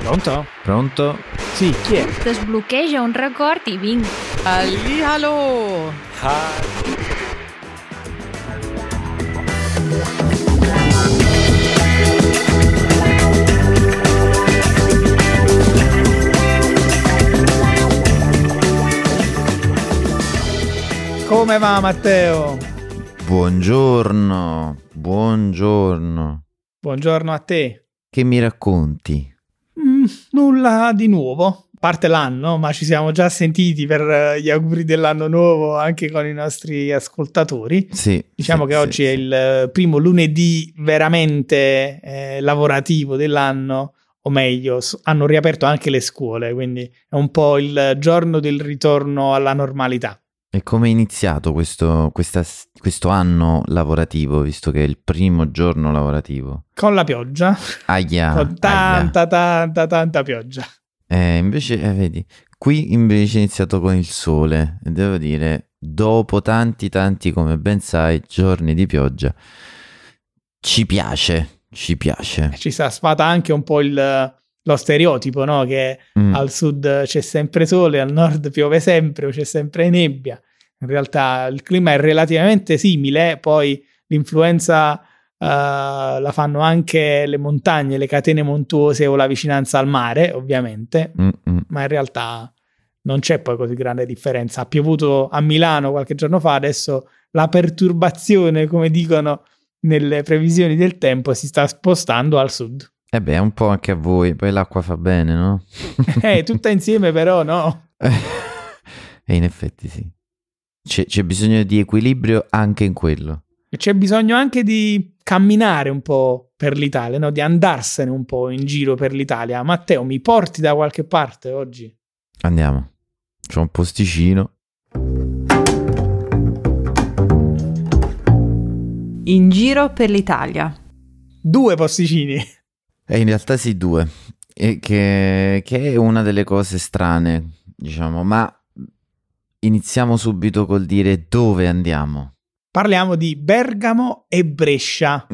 Pronto? Pronto? Sì, chi è? Desbloqueja un record i vinc. Hallihallo! Come va, Matteo? Buongiorno. Buongiorno a te. Che mi racconti? Nulla di nuovo. A parte l'anno, ma ci siamo già sentiti per gli auguri dell'anno nuovo anche con i nostri ascoltatori. Sì. Diciamo che oggi è il primo lunedì veramente lavorativo dell'anno, o meglio, hanno riaperto anche le scuole, quindi è un po' il giorno del ritorno alla normalità. E come è iniziato questo anno lavorativo, visto che è il primo giorno lavorativo? Con la pioggia. Con tanta pioggia. Invece, vedi, qui invece è iniziato con il sole. E devo dire, dopo tanti, come ben sai, giorni di pioggia, ci piace. Ci sta sfata anche un po' lo stereotipo, no? Che al sud c'è sempre sole, al nord piove sempre o c'è sempre nebbia. In realtà il clima è relativamente simile, poi l'influenza la fanno anche le montagne, le catene montuose o la vicinanza al mare, ovviamente, ma in realtà non c'è poi così grande differenza. Ha piovuto a Milano qualche giorno fa, adesso la perturbazione, come dicono nelle previsioni del tempo, si sta spostando al sud. Un po' anche a voi, poi l'acqua fa bene, no? Tutta insieme però, no? E in effetti sì. C'è bisogno di equilibrio anche in quello. E c'è bisogno anche di camminare un po' per l'Italia, no? Di andarsene un po' in giro per l'Italia. Matteo, mi porti da qualche parte oggi? Andiamo. C'ho un posticino. In giro per l'Italia. 2 posticini. In realtà sì, 2. Che è una delle cose strane, diciamo, ma iniziamo subito col dire dove andiamo. Parliamo di Bergamo e Brescia,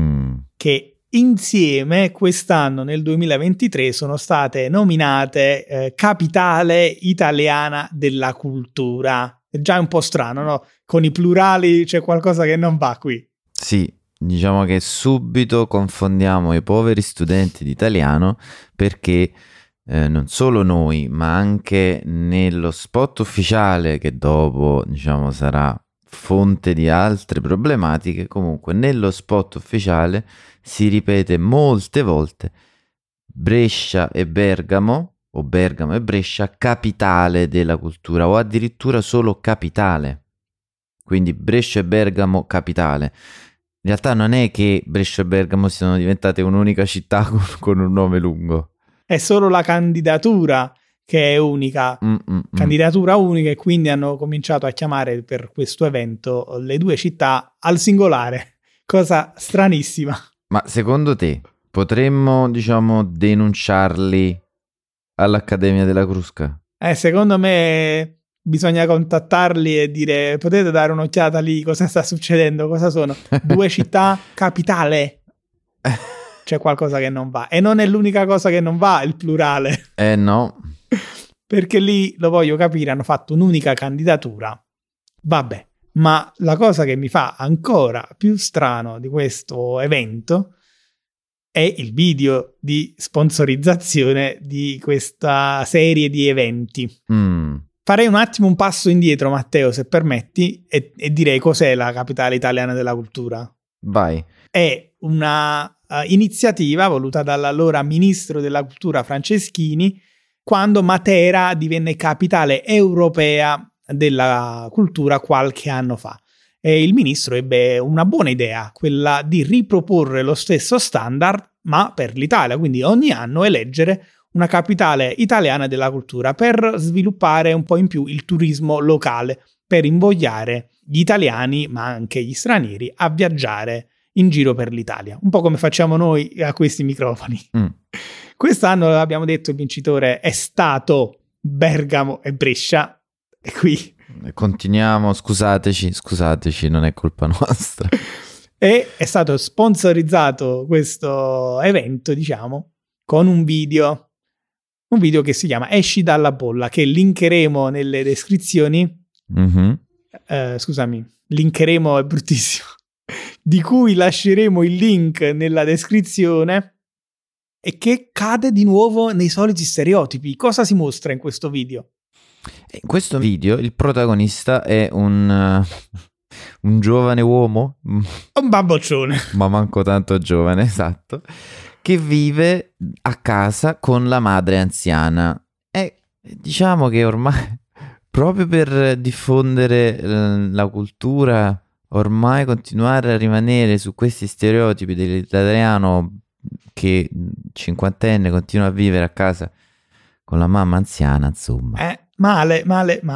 che insieme quest'anno, nel 2023, sono state nominate capitale italiana della cultura. È già un po' strano, no? Con i plurali c'è qualcosa che non va qui. Sì, diciamo che subito confondiamo i poveri studenti di italiano perché non solo noi, ma anche nello spot ufficiale, che dopo, diciamo, sarà fonte di altre problematiche, comunque nello spot ufficiale si ripete molte volte Brescia e Bergamo, o Bergamo e Brescia, capitale della cultura, o addirittura solo capitale. Quindi Brescia e Bergamo capitale. In realtà non è che Brescia e Bergamo siano diventate un'unica città con un nome lungo. È solo la candidatura che è unica, candidatura unica, e quindi hanno cominciato a chiamare per questo evento le 2 città al singolare, cosa stranissima. Ma secondo te potremmo, diciamo, denunciarli all'Accademia della Crusca? Secondo me bisogna contattarli e dire: potete dare un'occhiata lì, cosa sta succedendo, cosa sono 2 città capitale? C'è qualcosa che non va, e non è l'unica cosa che non va, il plurale. No. Perché lì, lo voglio capire, hanno fatto un'unica candidatura. Vabbè, ma la cosa che mi fa ancora più strano di questo evento è il video di sponsorizzazione di questa serie di eventi. Farei un attimo un passo indietro, Matteo, se permetti, e direi cos'è la capitale italiana della cultura. Vai. È una iniziativa voluta dall'allora ministro della cultura Franceschini, quando Matera divenne capitale europea della cultura qualche anno fa. E il ministro ebbe una buona idea, quella di riproporre lo stesso standard, ma per l'Italia, quindi ogni anno eleggere una capitale italiana della cultura per sviluppare un po' in più il turismo locale, per invogliare gli italiani, ma anche gli stranieri, a viaggiare in giro per l'Italia, un po' come facciamo noi a questi microfoni. Quest'anno, abbiamo detto, il vincitore è stato Bergamo e Brescia, e qui continuiamo, scusateci, non è colpa nostra. E è stato sponsorizzato questo evento, diciamo, con un video un video che si chiama Esci dalla bolla, che linkeremo nelle descrizioni. Scusami, linkeremo è bruttissimo, di cui lasceremo il link nella descrizione, e che cade di nuovo nei soliti stereotipi. Cosa si mostra in questo video? In questo video il protagonista è un giovane uomo, Un bamboccione, ma manco tanto giovane, esatto, che vive a casa con la madre anziana. E diciamo che ormai, proprio per diffondere la cultura, ormai continuare a rimanere su questi stereotipi dell'italiano che cinquantenne continua a vivere a casa con la mamma anziana, insomma. Male.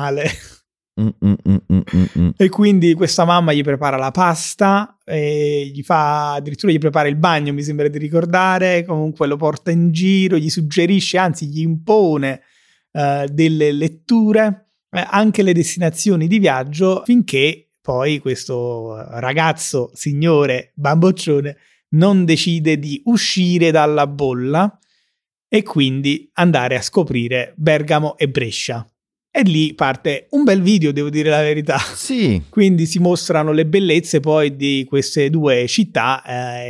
E quindi questa mamma gli prepara la pasta, e addirittura gli prepara il bagno, mi sembra di ricordare. Comunque lo porta in giro, gli suggerisce, anzi gli impone delle letture, anche le destinazioni di viaggio, finché poi questo ragazzo, signore bamboccione, non decide di uscire dalla bolla e quindi andare a scoprire Bergamo e Brescia. E lì parte un bel video, devo dire la verità. Sì. Quindi si mostrano le bellezze poi di queste due città,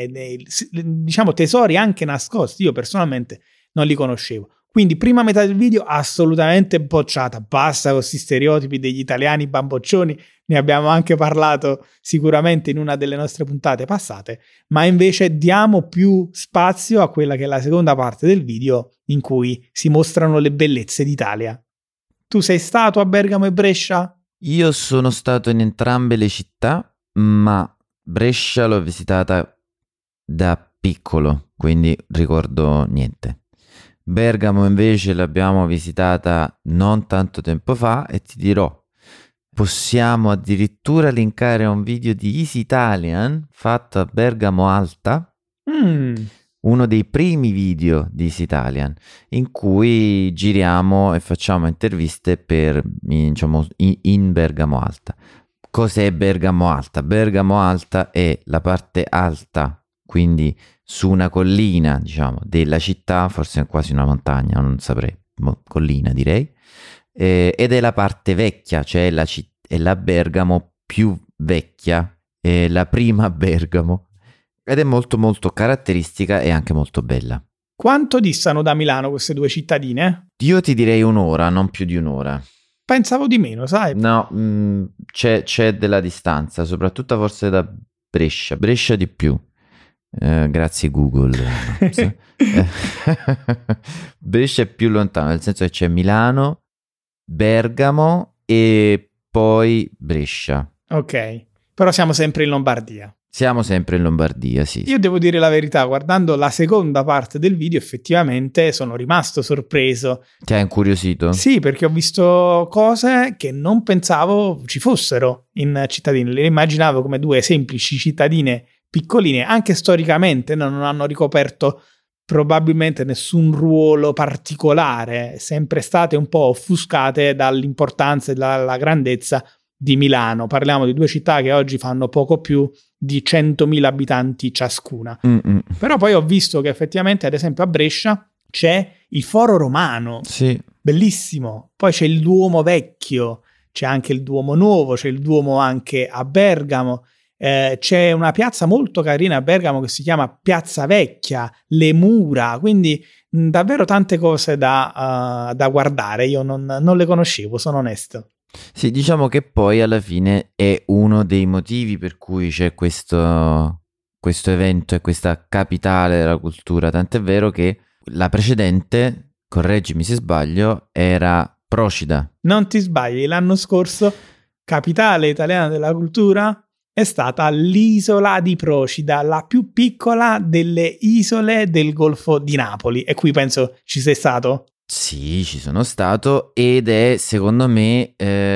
diciamo tesori anche nascosti. Io personalmente non li conoscevo. Quindi prima metà del video assolutamente bocciata. Basta con questi stereotipi degli italiani bamboccioni. Ne abbiamo anche parlato sicuramente in una delle nostre puntate passate. Ma invece diamo più spazio a quella che è la seconda parte del video, in cui si mostrano le bellezze d'Italia. Tu sei stato a Bergamo e Brescia? Io sono stato in entrambe le città, ma Brescia l'ho visitata da piccolo, quindi ricordo niente. Bergamo invece l'abbiamo visitata non tanto tempo fa e ti dirò, possiamo addirittura linkare un video di Easy Italian fatto a Bergamo Alta. Uno dei primi video di Easy Italian in cui giriamo e facciamo interviste per, diciamo, in Bergamo Alta. Cos'è Bergamo Alta? Bergamo Alta è la parte alta, quindi su una collina, diciamo, della città, forse quasi una montagna, non saprei, collina direi, ed è la parte vecchia, cioè è la Bergamo più vecchia, è la prima Bergamo. Ed è molto molto caratteristica e anche molto bella. Quanto distano da Milano queste due cittadine? Io ti direi un'ora, non più di un'ora. Pensavo di meno, sai? No, c'è della distanza, soprattutto forse da Brescia. Brescia di più. Grazie Google. Brescia è più lontano, nel senso che c'è Milano, Bergamo e poi Brescia. Ok, però siamo sempre in Lombardia. Siamo sempre in Lombardia, sì. Io devo dire la verità, guardando la seconda parte del video effettivamente sono rimasto sorpreso. Ti ha incuriosito? Sì, perché ho visto cose che non pensavo ci fossero in cittadine. Le immaginavo come due semplici cittadine piccoline, anche storicamente non hanno ricoperto probabilmente nessun ruolo particolare, sempre state un po' offuscate dall'importanza e dalla grandezza di Milano. Parliamo di due città che oggi fanno poco più di 100.000 abitanti ciascuna. Però poi ho visto che effettivamente, ad esempio a Brescia c'è il Foro Romano, sì, bellissimo, poi c'è il Duomo Vecchio, c'è anche il Duomo Nuovo, c'è il Duomo anche a Bergamo, c'è una piazza molto carina a Bergamo che si chiama Piazza Vecchia, le mura, quindi davvero tante cose da guardare. Io non le conoscevo, sono onesto. Sì, diciamo che poi alla fine è uno dei motivi per cui c'è questo evento e questa capitale della cultura, tant'è vero che la precedente, correggimi se sbaglio, era Procida. Non ti sbagli, l'anno scorso capitale italiana della cultura è stata l'isola di Procida, la più piccola delle isole del Golfo di Napoli, e qui penso ci sei stato? Sì, ci sono stato ed è secondo me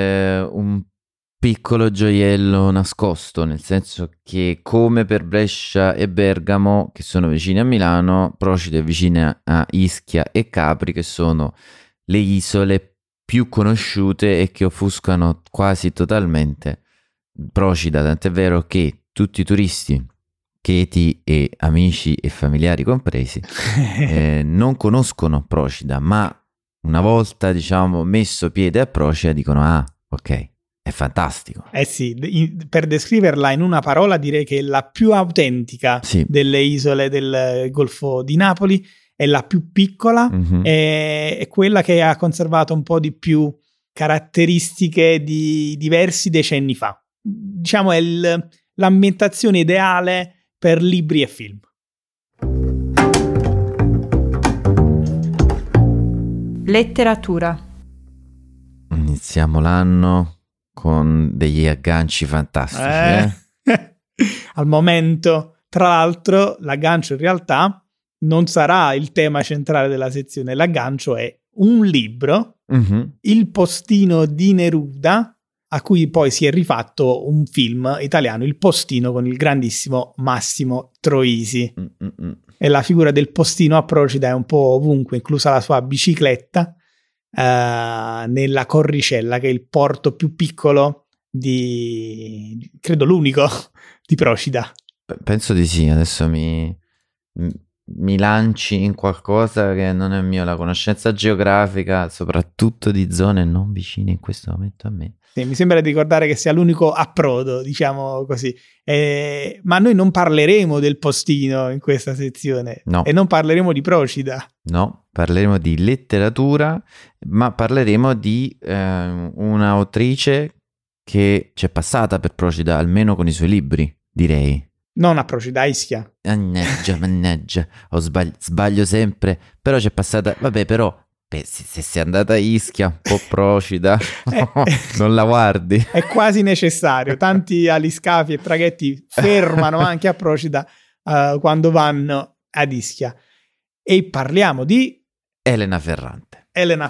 un piccolo gioiello nascosto, nel senso che come per Brescia e Bergamo, che sono vicine a Milano, Procida è vicina a Ischia e Capri, che sono le isole più conosciute e che offuscano quasi totalmente Procida, tant'è vero che tutti i turisti, cheti e amici e familiari compresi, non conoscono Procida, ma una volta, diciamo, messo piede a Procida, dicono ok, è fantastico. Sì, per descriverla in una parola direi che è la più autentica delle isole del Golfo di Napoli, è la più piccola, è quella che ha conservato un po' di più caratteristiche di diversi decenni fa. Diciamo è l'ambientazione ideale per libri e film. Letteratura. Iniziamo l'anno con degli agganci fantastici. Al momento, tra l'altro, l'aggancio in realtà non sarà il tema centrale della sezione. L'aggancio è un libro, Il postino di Neruda, a cui poi si è rifatto un film italiano, Il postino, con il grandissimo Massimo Troisi. E la figura del postino a Procida è un po' ovunque, inclusa la sua bicicletta, nella Corricella, che è il porto più piccolo credo l'unico di Procida. Penso di sì. Adesso mi lanci in qualcosa che non è mio, la conoscenza geografica, soprattutto di zone non vicine in questo momento a me. Sì, mi sembra di ricordare che sia l'unico approdo, diciamo così. Ma noi non parleremo del postino in questa sezione. No. E non parleremo di Procida. No, parleremo di letteratura, ma parleremo di un'autrice che c'è passata per Procida, almeno con i suoi libri, direi. Non a Procida, a Ischia. Mannaggia, sbaglio sempre, però c'è passata, vabbè, però se sei andata a Ischia, un po' Procida, non la guardi. È quasi necessario, tanti aliscafi e traghetti fermano anche a Procida quando vanno ad Ischia. E parliamo di Elena Ferrante.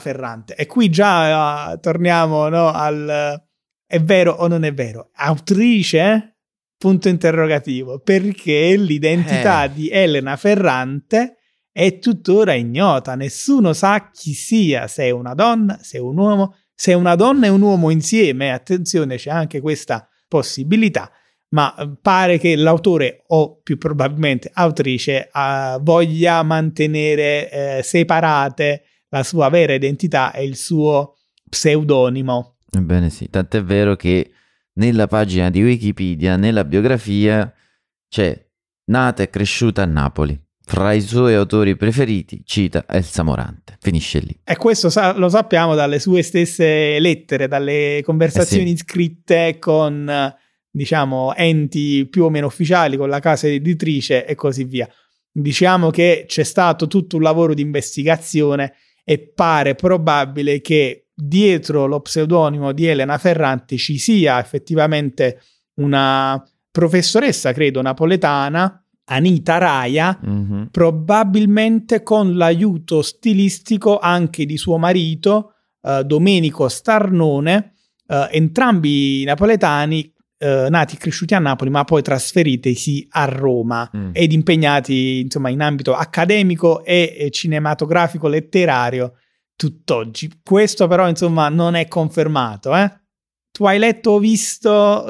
E qui già torniamo, no, al è vero o non è vero? Autrice? Punto interrogativo, perché l'identità di Elena Ferrante è tuttora ignota. Nessuno sa chi sia, se è una donna, se è un uomo, se è una donna e un uomo insieme. Attenzione, c'è anche questa possibilità, ma pare che l'autore, o più probabilmente autrice, voglia mantenere separate la sua vera identità e il suo pseudonimo. Ebbene sì, tant'è vero che nella pagina di Wikipedia, nella biografia, c'è nata e cresciuta a Napoli. Fra i suoi autori preferiti cita Elsa Morante. Finisce lì. E questo lo sappiamo dalle sue stesse lettere, dalle conversazioni scritte con, diciamo, enti più o meno ufficiali, con la casa editrice e così via. Diciamo che c'è stato tutto un lavoro di investigazione e pare probabile che dietro lo pseudonimo di Elena Ferrante ci sia effettivamente una professoressa, credo, napoletana, Anita Raia, probabilmente con l'aiuto stilistico anche di suo marito, Domenico Starnone, entrambi napoletani, nati e cresciuti a Napoli, ma poi trasferitisi a Roma ed impegnati, insomma, in ambito accademico e cinematografico letterario tutt'oggi. Questo però, insomma, non è confermato. Tu hai letto o visto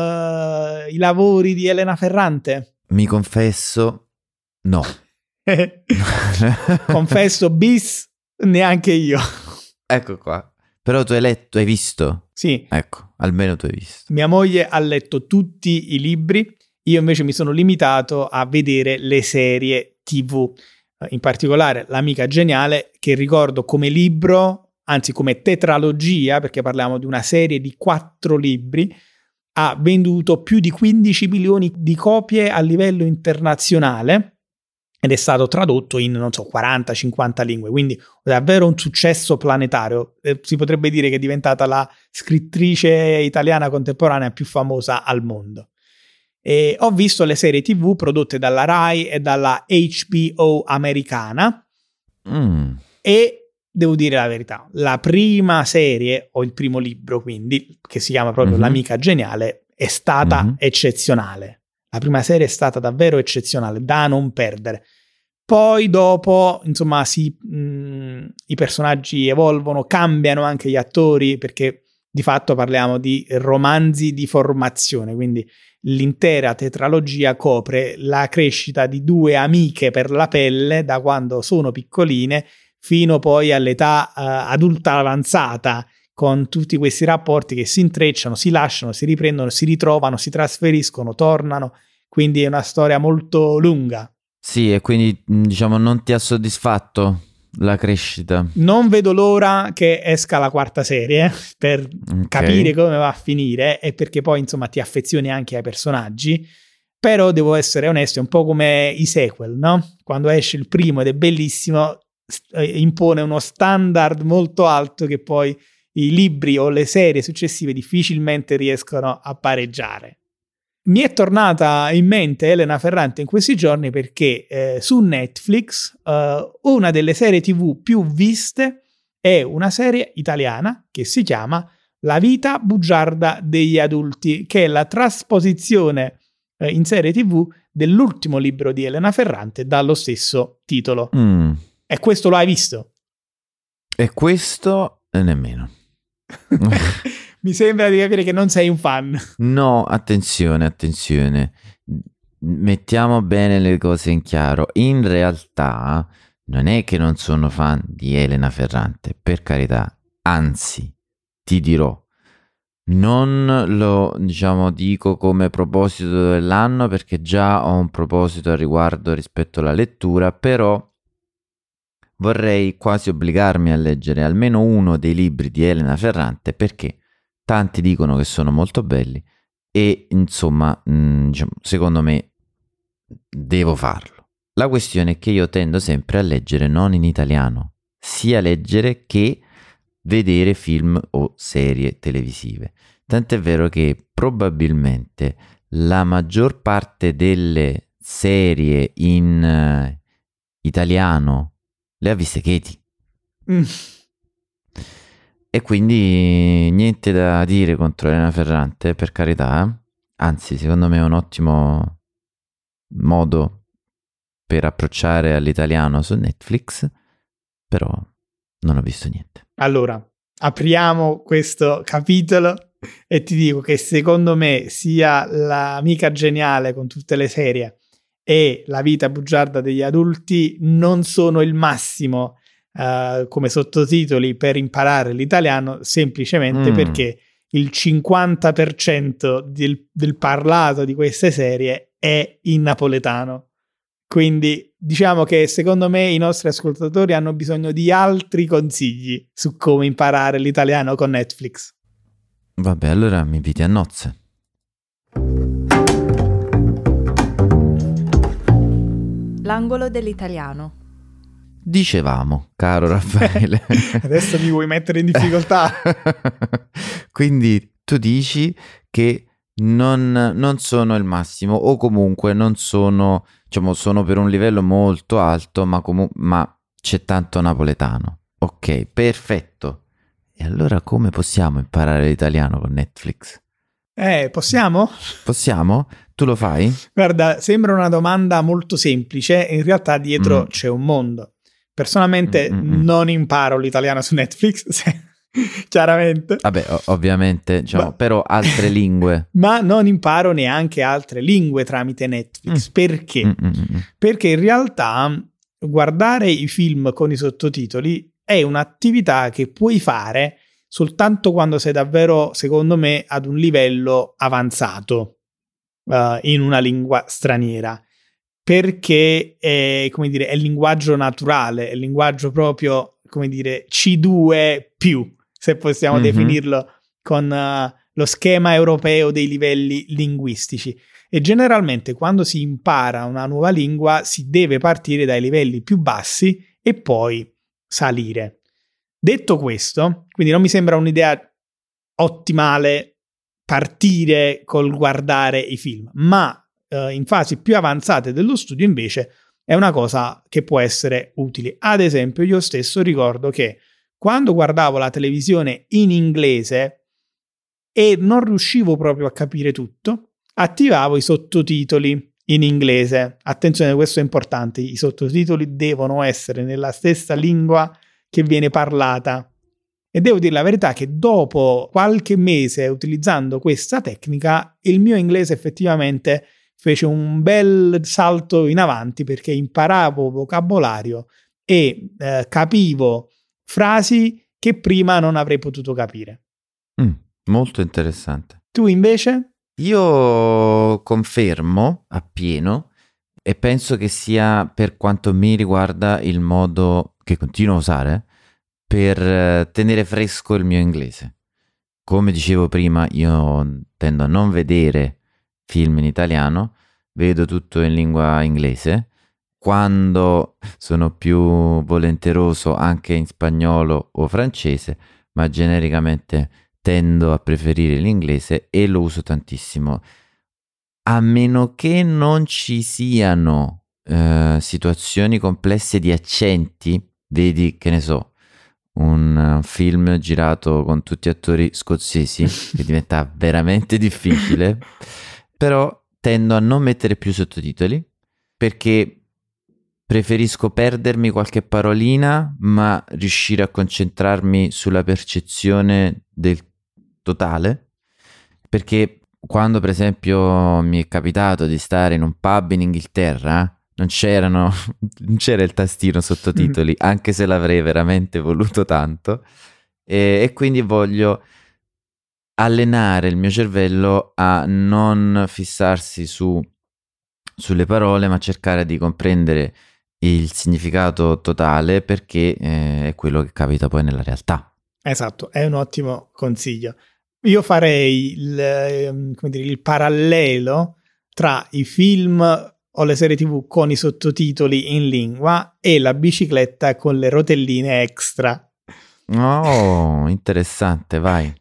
i lavori di Elena Ferrante? Mi confesso, no. Confesso bis, neanche io. Ecco qua. Però tu hai letto, hai visto? Sì. Ecco, almeno tu hai visto. Mia moglie ha letto tutti i libri, io invece mi sono limitato a vedere le serie TV. In particolare L'Amica Geniale, che ricordo come libro, anzi come tetralogia, perché parliamo di una serie di 4 libri, ha venduto più di 15 milioni di copie a livello internazionale ed è stato tradotto in, non so, 40-50 lingue, quindi davvero un successo planetario. Si potrebbe dire che è diventata la scrittrice italiana contemporanea più famosa al mondo. E ho visto le serie TV prodotte dalla Rai e dalla HBO americana e devo dire la verità, la prima serie, o il primo libro quindi, che si chiama proprio L'Amica Geniale, è stata eccezionale. La prima serie è stata davvero eccezionale, da non perdere. Poi dopo, insomma, i personaggi evolvono, cambiano anche gli attori, perché di fatto parliamo di romanzi di formazione, quindi l'intera tetralogia copre la crescita di 2 amiche per la pelle da quando sono piccoline fino poi all'età adulta avanzata, con tutti questi rapporti che si intrecciano, si lasciano, si riprendono, si ritrovano, si trasferiscono, tornano, quindi è una storia molto lunga. Sì, e quindi diciamo non ti ha soddisfatto la crescita? Non vedo l'ora che esca la quarta serie per capire come va a finire e perché poi insomma ti affezioni anche ai personaggi, però devo essere onesto, è un po' come i sequel, no? Quando esce il primo ed è bellissimo, impone uno standard molto alto che poi i libri o le serie successive difficilmente riescono a pareggiare. Mi è tornata in mente Elena Ferrante in questi giorni perché su Netflix una delle serie TV più viste è una serie italiana che si chiama La vita bugiarda degli adulti, che è la trasposizione in serie TV dell'ultimo libro di Elena Ferrante dallo stesso titolo. E questo lo hai visto? E questo nemmeno. Mi sembra di capire che non sei un fan. No, attenzione. Mettiamo bene le cose in chiaro. In realtà non è che non sono fan di Elena Ferrante, per carità. Anzi, ti dirò, non lo dico come proposito dell'anno perché già ho un proposito al riguardo rispetto alla lettura, però vorrei quasi obbligarmi a leggere almeno uno dei libri di Elena Ferrante perché tanti dicono che sono molto belli e insomma secondo me devo farlo. La questione è che io tendo sempre a leggere non in italiano, sia leggere che vedere film o serie televisive. Tant'è vero che probabilmente la maggior parte delle serie in italiano le ha viste Katie. E quindi niente da dire contro Elena Ferrante, per carità. Anzi, secondo me è un ottimo modo per approcciare all'italiano su Netflix, però non ho visto niente. Allora, apriamo questo capitolo e ti dico che secondo me sia L'amica geniale con tutte le serie e La vita bugiarda degli adulti non sono il massimo come sottotitoli per imparare l'italiano, semplicemente perché il 50% del parlato di queste serie è in napoletano. Quindi diciamo che secondo me i nostri ascoltatori hanno bisogno di altri consigli su come imparare l'italiano con Netflix. Vabbè, allora mi inviti a nozze. L'angolo dell'italiano. Dicevamo, caro Raffaele. Adesso mi vuoi mettere in difficoltà. Quindi tu dici che non sono il massimo, o comunque non sono, sono per un livello molto alto, ma c'è tanto napoletano. Ok, perfetto. E allora come possiamo imparare l'italiano con Netflix? Possiamo? Possiamo? Tu lo fai? Guarda, sembra una domanda molto semplice, in realtà dietro c'è un mondo. Personalmente non imparo l'italiano su Netflix, chiaramente. Vabbè, ovviamente, però altre lingue. Ma non imparo neanche altre lingue tramite Netflix. Perché? Perché in realtà guardare i film con i sottotitoli è un'attività che puoi fare soltanto quando sei davvero, secondo me, ad un livello avanzato in una lingua straniera. Perché è, come dire, è il linguaggio naturale, è il linguaggio proprio, come dire, C2+, se possiamo definirlo con lo schema europeo dei livelli linguistici. E generalmente quando si impara una nuova lingua si deve partire dai livelli più bassi e poi salire. Detto questo, quindi non mi sembra un'idea ottimale partire col guardare i film, ma in fasi più avanzate dello studio invece è una cosa che può essere utile. Ad esempio, io stesso ricordo che quando guardavo la televisione in inglese e non riuscivo proprio a capire tutto, attivavo i sottotitoli in inglese. Attenzione, questo è importante, i sottotitoli devono essere nella stessa lingua che viene parlata. E devo dire la verità che dopo qualche mese utilizzando questa tecnica, il mio inglese effettivamente fece un bel salto in avanti perché imparavo vocabolario e capivo frasi che prima non avrei potuto capire. Molto interessante. Tu invece? Io confermo appieno e penso che sia, per quanto mi riguarda, il modo che continuo a usare per tenere fresco il mio inglese. Come dicevo prima, io tendo a non vedere film in italiano, vedo tutto in lingua inglese. Quando sono più volenteroso anche in spagnolo o francese, ma genericamente tendo a preferire l'inglese e lo uso tantissimo. A meno che non ci siano situazioni complesse di accenti, vedi, che ne so, un film girato con tutti attori scozzesi, che diventa veramente difficile, però tendo a non mettere più sottotitoli, perché preferisco perdermi qualche parolina, ma riuscire a concentrarmi sulla percezione del totale, perché quando per esempio mi è capitato di stare in un pub in Inghilterra, non c'era il tastino sottotitoli, anche se l'avrei veramente voluto tanto, e quindi voglio allenare il mio cervello a non fissarsi sulle parole, ma cercare di comprendere il significato totale, perché è quello che capita poi nella realtà. Esatto, è un ottimo consiglio. Io farei il parallelo tra i film o le serie TV con i sottotitoli in lingua e la bicicletta con le rotelline extra. Oh, interessante, vai.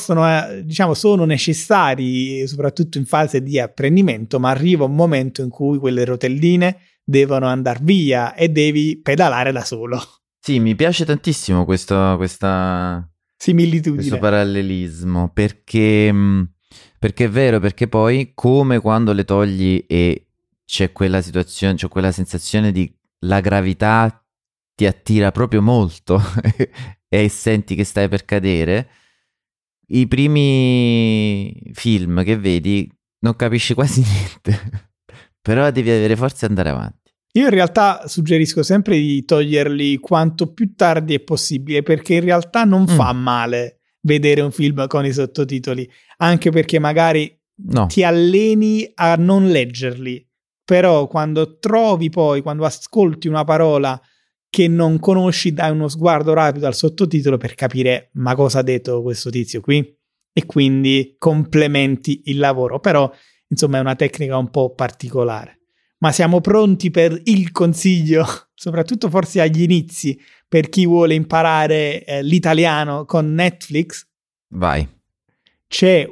Sono necessari soprattutto in fase di apprendimento, ma arriva un momento in cui quelle rotelline devono andare via e devi pedalare da solo. Sì, mi piace tantissimo questa similitudine, questo parallelismo, perché è vero, perché poi come quando le togli e c'è quella situazione, c'è quella sensazione di la gravità ti attira proprio molto e senti che stai per cadere, i primi film che vedi non capisci quasi niente, però devi avere forza e andare avanti. Io in realtà suggerisco sempre di toglierli quanto più tardi è possibile, perché in realtà non fa male vedere un film con i sottotitoli, anche perché magari ti alleni a non leggerli, però quando ascolti una parola che non conosci, dai uno sguardo rapido al sottotitolo per capire ma cosa ha detto questo tizio qui, e quindi complementi il lavoro. Però insomma è una tecnica un po' particolare. Ma siamo pronti per il consiglio, soprattutto forse agli inizi, per chi vuole imparare l'italiano con Netflix? Vai. C'è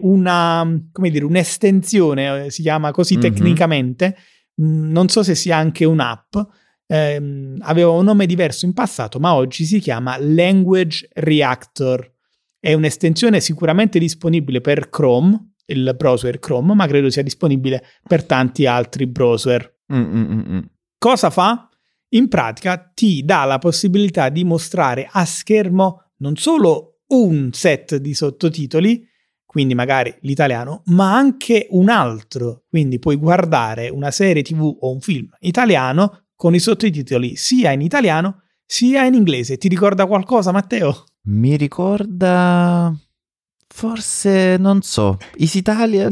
un'estensione, si chiama così tecnicamente, non so se sia anche un'app, aveva un nome diverso in passato, ma oggi si chiama Language Reactor. È un'estensione sicuramente disponibile per Chrome, il browser Chrome, ma credo sia disponibile per tanti altri browser. Cosa fa? In pratica ti dà la possibilità di mostrare a schermo non solo un set di sottotitoli, quindi magari l'italiano, ma anche un altro. Quindi puoi guardare una serie TV o un film italiano con i sottotitoli sia in italiano sia in inglese. Ti ricorda qualcosa, Matteo? Mi ricorda, forse, non so, Easy Italian.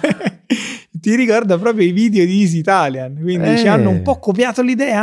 Ti ricorda proprio i video di Easy Italian, quindi ci hanno un po' copiato l'idea?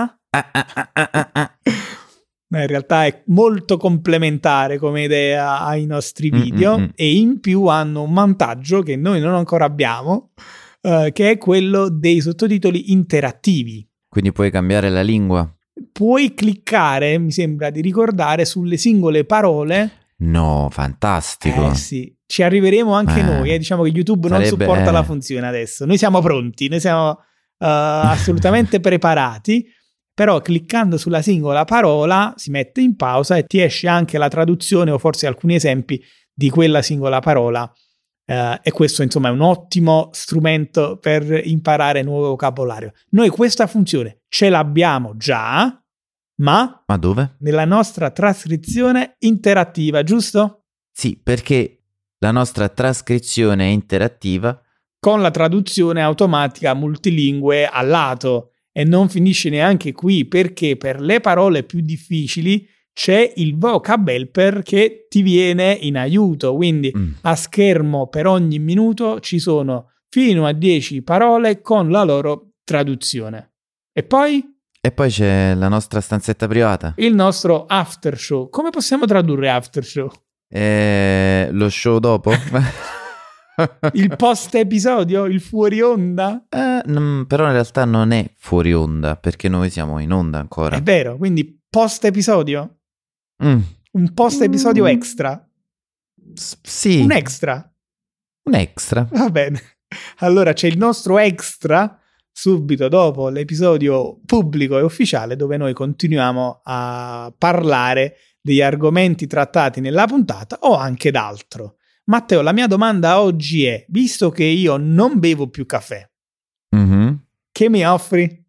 Ma in realtà è molto complementare come idea ai nostri video e in più hanno un vantaggio che noi non ancora abbiamo, che è quello dei sottotitoli interattivi. Quindi puoi cambiare la lingua? Puoi cliccare, mi sembra di ricordare, sulle singole parole. No, fantastico. Sì, ci arriveremo anche noi. Diciamo che YouTube non supporta la funzione adesso. Noi siamo pronti, noi siamo assolutamente preparati, però cliccando sulla singola parola si mette in pausa e ti esce anche la traduzione o forse alcuni esempi di quella singola parola. E questo insomma è un ottimo strumento per imparare nuovo vocabolario. Noi questa funzione ce l'abbiamo già, ma dove? Nella nostra trascrizione interattiva, giusto? Sì, perché la nostra trascrizione è interattiva con la traduzione automatica multilingue al lato, E non finisce neanche qui, perché per le parole più difficili c'è il vocab helper che ti viene in aiuto. Quindi a schermo per ogni minuto ci sono fino a 10 parole con la loro traduzione. E poi? E poi c'è la nostra stanzetta privata. Il nostro after show. Come possiamo tradurre after show? Lo show dopo? Il post episodio? Il fuori onda? Però in realtà non è fuori onda, perché noi siamo in onda ancora. È vero, quindi post episodio? Un post episodio extra? Sì. Un extra? Un extra. Va bene. Allora c'è il nostro extra subito dopo l'episodio pubblico e ufficiale, dove noi continuiamo a parlare degli argomenti trattati nella puntata o anche d'altro. Matteo, la mia domanda oggi è, visto che io non bevo più caffè, che mi offri?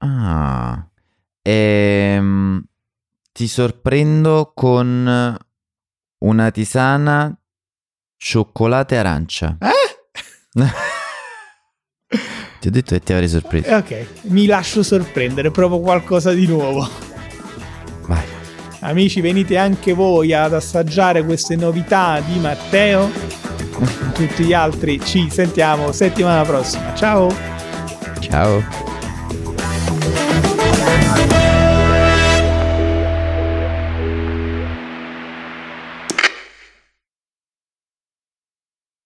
Ti sorprendo con una tisana cioccolata e arancia. Ti ho detto che ti avrei sorpreso. Ok, mi lascio sorprendere, provo qualcosa di nuovo. Vai. Amici, venite anche voi ad assaggiare queste novità di Matteo. Tutti gli altri ci sentiamo settimana prossima. Ciao! Ciao!